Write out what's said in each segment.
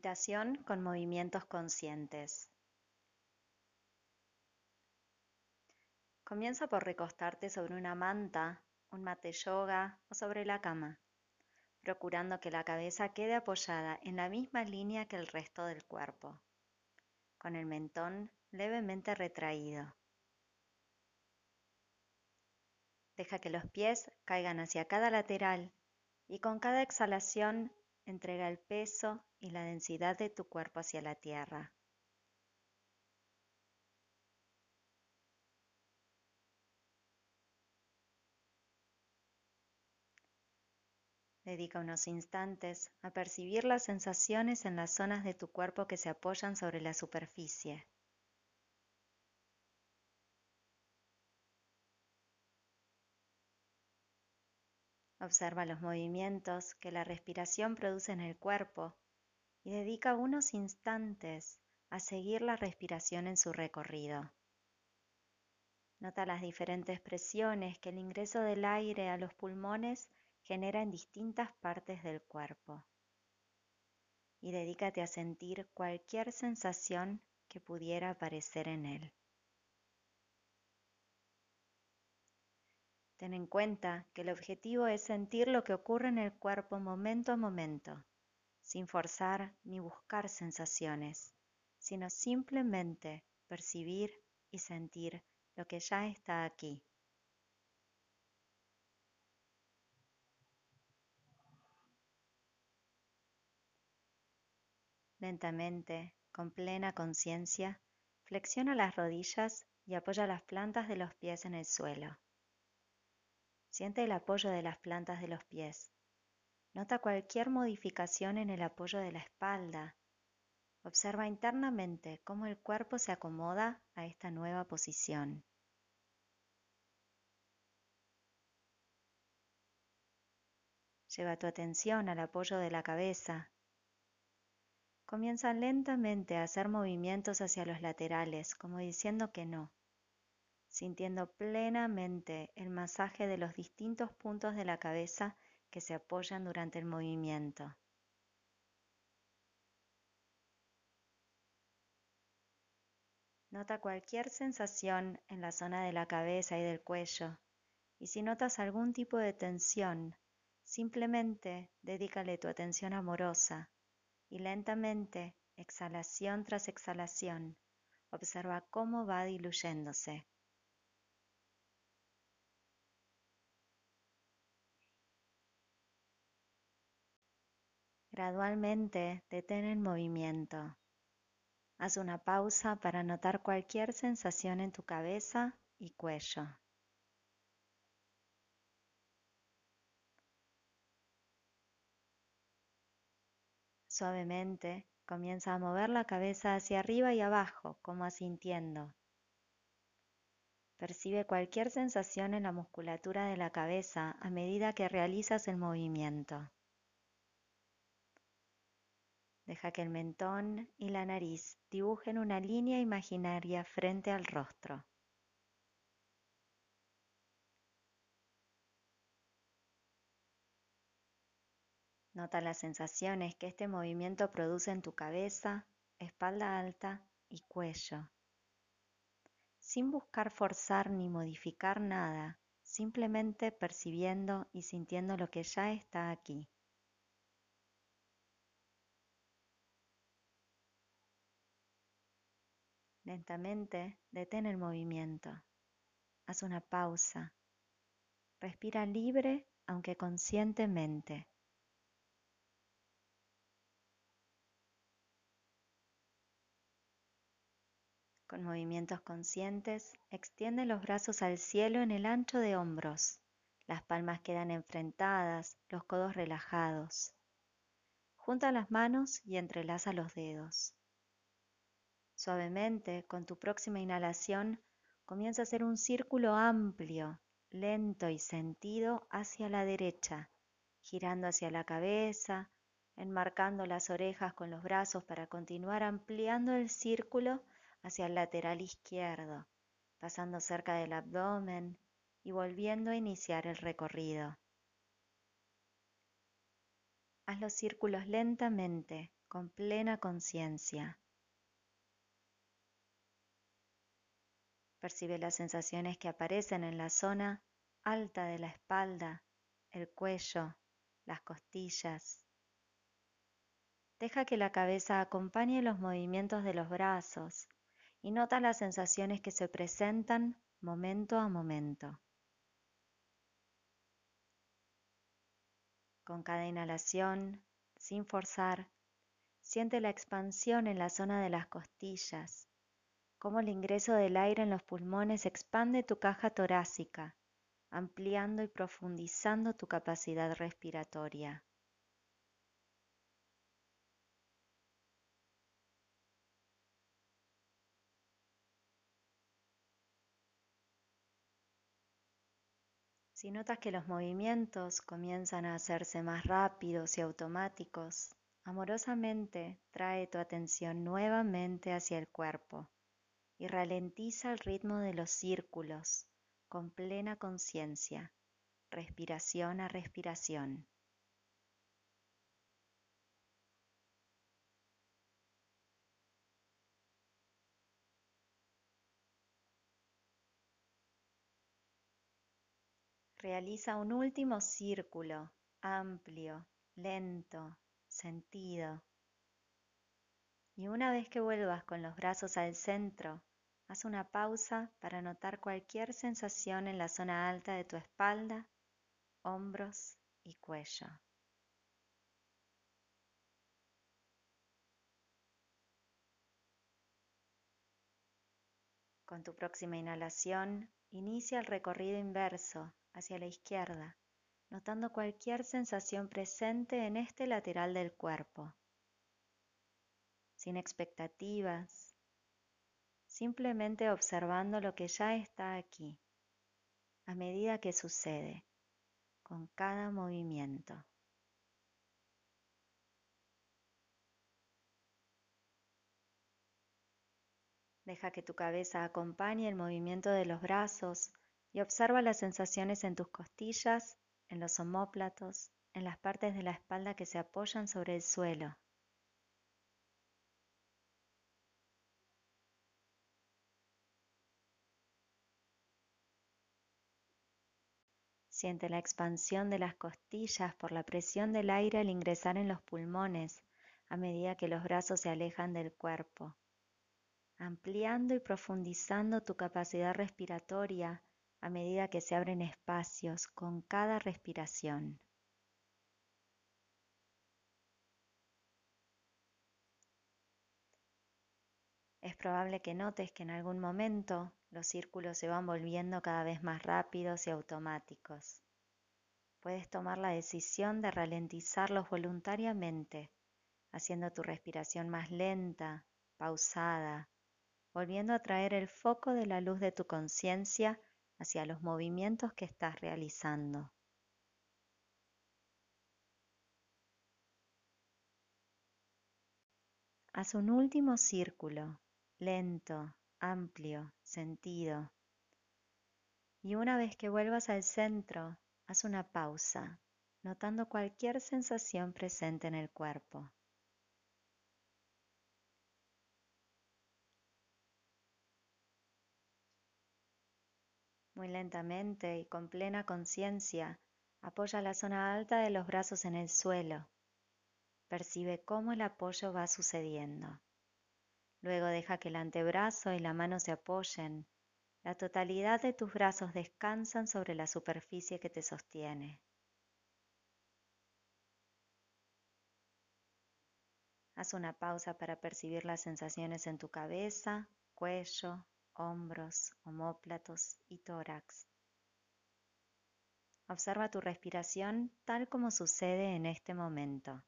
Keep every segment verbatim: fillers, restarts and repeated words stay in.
Meditación con movimientos conscientes. Comienza por recostarte sobre una manta, un mat de yoga o sobre la cama, procurando que la cabeza quede apoyada en la misma línea que el resto del cuerpo, con el mentón levemente retraído. Deja que los pies caigan hacia cada lateral y con cada exhalación entrega el peso y la densidad de tu cuerpo hacia la tierra. Dedica unos instantes a percibir las sensaciones en las zonas de tu cuerpo que se apoyan sobre la superficie. Observa los movimientos que la respiración produce en el cuerpo y dedica unos instantes a seguir la respiración en su recorrido. Nota las diferentes presiones que el ingreso del aire a los pulmones genera en distintas partes del cuerpo. Y dedícate a sentir cualquier sensación que pudiera aparecer en él. Ten en cuenta que el objetivo es sentir lo que ocurre en el cuerpo momento a momento, sin forzar ni buscar sensaciones, sino simplemente percibir y sentir lo que ya está aquí. Lentamente, con plena conciencia, flexiona las rodillas y apoya las plantas de los pies en el suelo. Siente el apoyo de las plantas de los pies. Nota cualquier modificación en el apoyo de la espalda. Observa internamente cómo el cuerpo se acomoda a esta nueva posición. Lleva tu atención al apoyo de la cabeza. Comienza lentamente a hacer movimientos hacia los laterales, como diciendo que no, sintiendo plenamente el masaje de los distintos puntos de la cabeza que se apoyan durante el movimiento. Nota cualquier sensación en la zona de la cabeza y del cuello, y si notas algún tipo de tensión, simplemente dedícale tu atención amorosa y lentamente, exhalación tras exhalación, observa cómo va diluyéndose. Gradualmente detén el movimiento. Haz una pausa para notar cualquier sensación en tu cabeza y cuello. Suavemente comienza a mover la cabeza hacia arriba y abajo, como asintiendo. Percibe cualquier sensación en la musculatura de la cabeza a medida que realizas el movimiento. Deja que el mentón y la nariz dibujen una línea imaginaria frente al rostro. Nota las sensaciones que este movimiento produce en tu cabeza, espalda alta y cuello. Sin buscar forzar ni modificar nada, simplemente percibiendo y sintiendo lo que ya está aquí. Lentamente detén el movimiento. Haz una pausa. Respira libre, aunque conscientemente. Con movimientos conscientes, extiende los brazos al cielo en el ancho de hombros. Las palmas quedan enfrentadas, los codos relajados. Junta las manos y entrelaza los dedos. Suavemente, con tu próxima inhalación, comienza a hacer un círculo amplio, lento y sentido hacia la derecha, girando hacia la cabeza, enmarcando las orejas con los brazos para continuar ampliando el círculo hacia el lateral izquierdo, pasando cerca del abdomen y volviendo a iniciar el recorrido. Haz los círculos lentamente, con plena conciencia. Percibe las sensaciones que aparecen en la zona alta de la espalda, el cuello, las costillas. Deja que la cabeza acompañe los movimientos de los brazos y nota las sensaciones que se presentan momento a momento. Con cada inhalación, sin forzar, siente la expansión en la zona de las costillas, cómo el ingreso del aire en los pulmones expande tu caja torácica, ampliando y profundizando tu capacidad respiratoria. Si notas que los movimientos comienzan a hacerse más rápidos y automáticos, amorosamente trae tu atención nuevamente hacia el cuerpo y ralentiza el ritmo de los círculos con plena conciencia, respiración a respiración. Realiza un último círculo amplio, lento, sentido. Y una vez que vuelvas con los brazos al centro, haz una pausa para notar cualquier sensación en la zona alta de tu espalda, hombros y cuello. Con tu próxima inhalación, inicia el recorrido inverso hacia la izquierda, notando cualquier sensación presente en este lateral del cuerpo. Sin expectativas, simplemente observando lo que ya está aquí, a medida que sucede, con cada movimiento. Deja que tu cabeza acompañe el movimiento de los brazos y observa las sensaciones en tus costillas, en los omóplatos, en las partes de la espalda que se apoyan sobre el suelo. Siente la expansión de las costillas por la presión del aire al ingresar en los pulmones a medida que los brazos se alejan del cuerpo, ampliando y profundizando tu capacidad respiratoria a medida que se abren espacios con cada respiración. Es probable que notes que en algún momento los círculos se van volviendo cada vez más rápidos y automáticos. Puedes tomar la decisión de ralentizarlos voluntariamente, haciendo tu respiración más lenta, pausada, volviendo a traer el foco de la luz de tu conciencia hacia los movimientos que estás realizando. Haz un último círculo, lento, amplio, sentido. Y una vez que vuelvas al centro, haz una pausa, notando cualquier sensación presente en el cuerpo. Muy lentamente y con plena conciencia, apoya la zona alta de los brazos en el suelo. Percibe cómo el apoyo va sucediendo. Luego deja que el antebrazo y la mano se apoyen. La totalidad de tus brazos descansan sobre la superficie que te sostiene. Haz una pausa para percibir las sensaciones en tu cabeza, cuello, hombros, omóplatos y tórax. Observa tu respiración tal como sucede en este momento.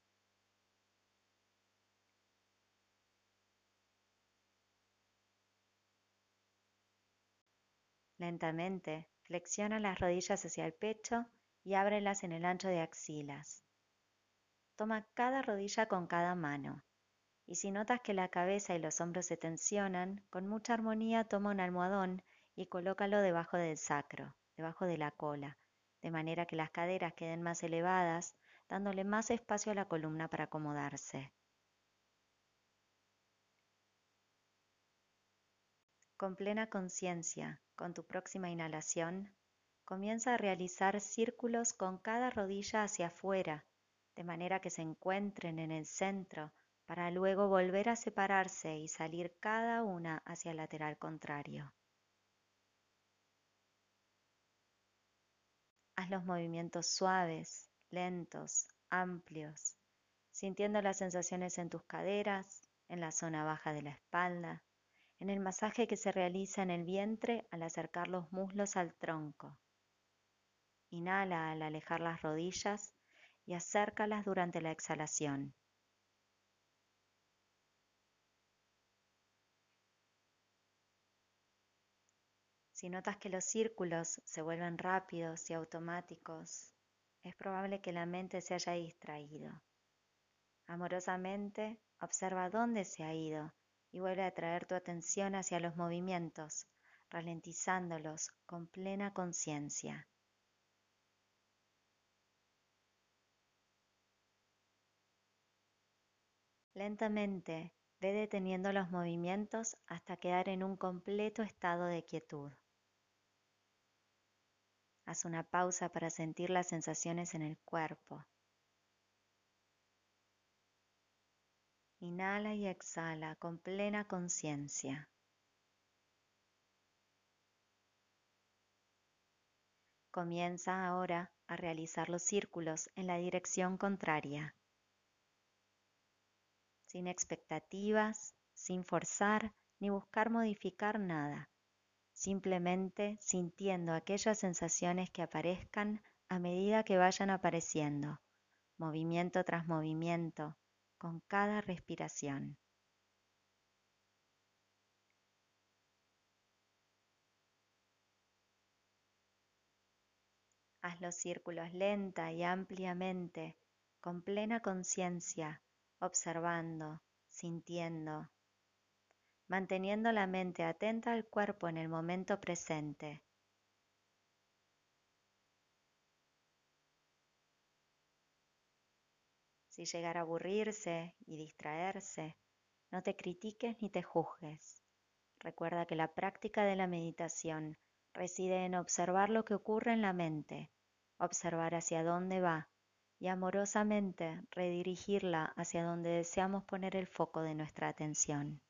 Lentamente, flexiona las rodillas hacia el pecho y ábrelas en el ancho de axilas. Toma cada rodilla con cada mano. Y si notas que la cabeza y los hombros se tensionan, con mucha armonía toma un almohadón y colócalo debajo del sacro, debajo de la cola, de manera que las caderas queden más elevadas, dándole más espacio a la columna para acomodarse. Con plena conciencia, con tu próxima inhalación, comienza a realizar círculos con cada rodilla hacia afuera, de manera que se encuentren en el centro, para luego volver a separarse y salir cada una hacia el lateral contrario. Haz los movimientos suaves, lentos, amplios, sintiendo las sensaciones en tus caderas, en la zona baja de la espalda, en el masaje que se realiza en el vientre al acercar los muslos al tronco. Inhala al alejar las rodillas y acércalas durante la exhalación. Si notas que los círculos se vuelven rápidos y automáticos, es probable que la mente se haya distraído. Amorosamente, observa dónde se ha ido y vuelve a traer tu atención hacia los movimientos, ralentizándolos con plena conciencia. Lentamente, ve deteniendo los movimientos hasta quedar en un completo estado de quietud. Haz una pausa para sentir las sensaciones en el cuerpo. Inhala y exhala con plena conciencia. Comienza ahora a realizar los círculos en la dirección contraria, sin expectativas, sin forzar ni buscar modificar nada, simplemente sintiendo aquellas sensaciones que aparezcan a medida que vayan apareciendo, movimiento tras movimiento, con cada respiración. Haz los círculos lenta y ampliamente, con plena conciencia, observando, sintiendo, manteniendo la mente atenta al cuerpo en el momento presente. Si llegara a aburrirse y distraerse, no te critiques ni te juzgues. Recuerda que la práctica de la meditación reside en observar lo que ocurre en la mente, observar hacia dónde va y amorosamente redirigirla hacia donde deseamos poner el foco de nuestra atención.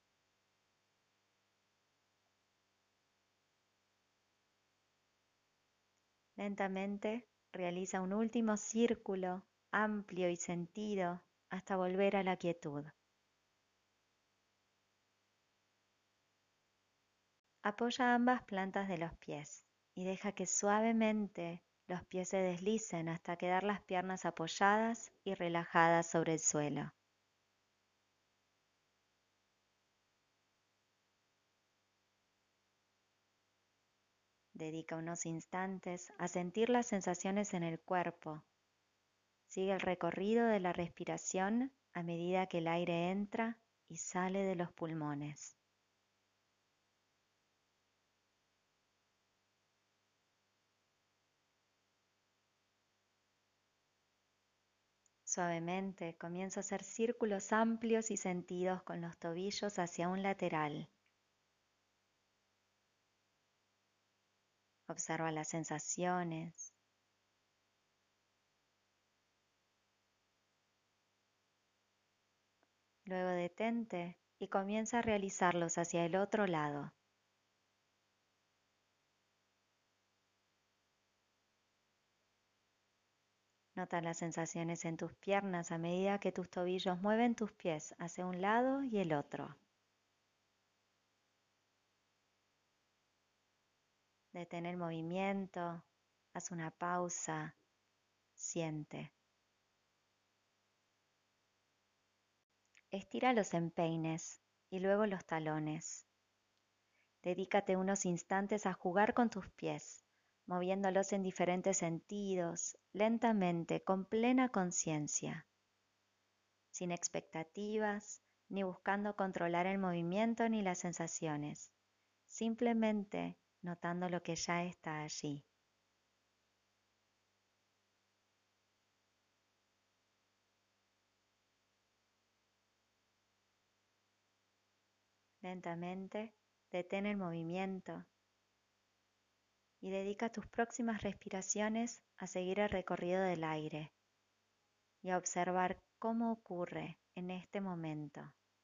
Lentamente realiza un último círculo amplio y sentido hasta volver a la quietud. Apoya ambas plantas de los pies y deja que suavemente los pies se deslicen hasta quedar las piernas apoyadas y relajadas sobre el suelo. Dedica unos instantes a sentir las sensaciones en el cuerpo. Sigue el recorrido de la respiración a medida que el aire entra y sale de los pulmones. Suavemente comienza a hacer círculos amplios y sentidos con los tobillos hacia un lateral. Observa las sensaciones. Luego detente y comienza a realizarlos hacia el otro lado. Nota las sensaciones en tus piernas a medida que tus tobillos mueven tus pies hacia un lado y el otro. Detén el movimiento, haz una pausa, siente. Estira los empeines y luego los talones. Dedícate unos instantes a jugar con tus pies, moviéndolos en diferentes sentidos, lentamente, con plena conciencia, sin expectativas, ni buscando controlar el movimiento ni las sensaciones, simplemente notando lo que ya está allí. Lentamente Detén el movimiento y dedica tus próximas respiraciones a seguir el recorrido del aire y a observar cómo ocurre en este momento.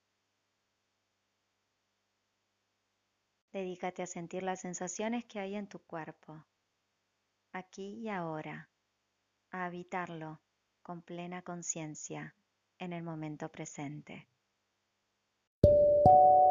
Dedícate a sentir las sensaciones que hay en tu cuerpo, aquí y ahora, a habitarlo con plena conciencia en el momento presente.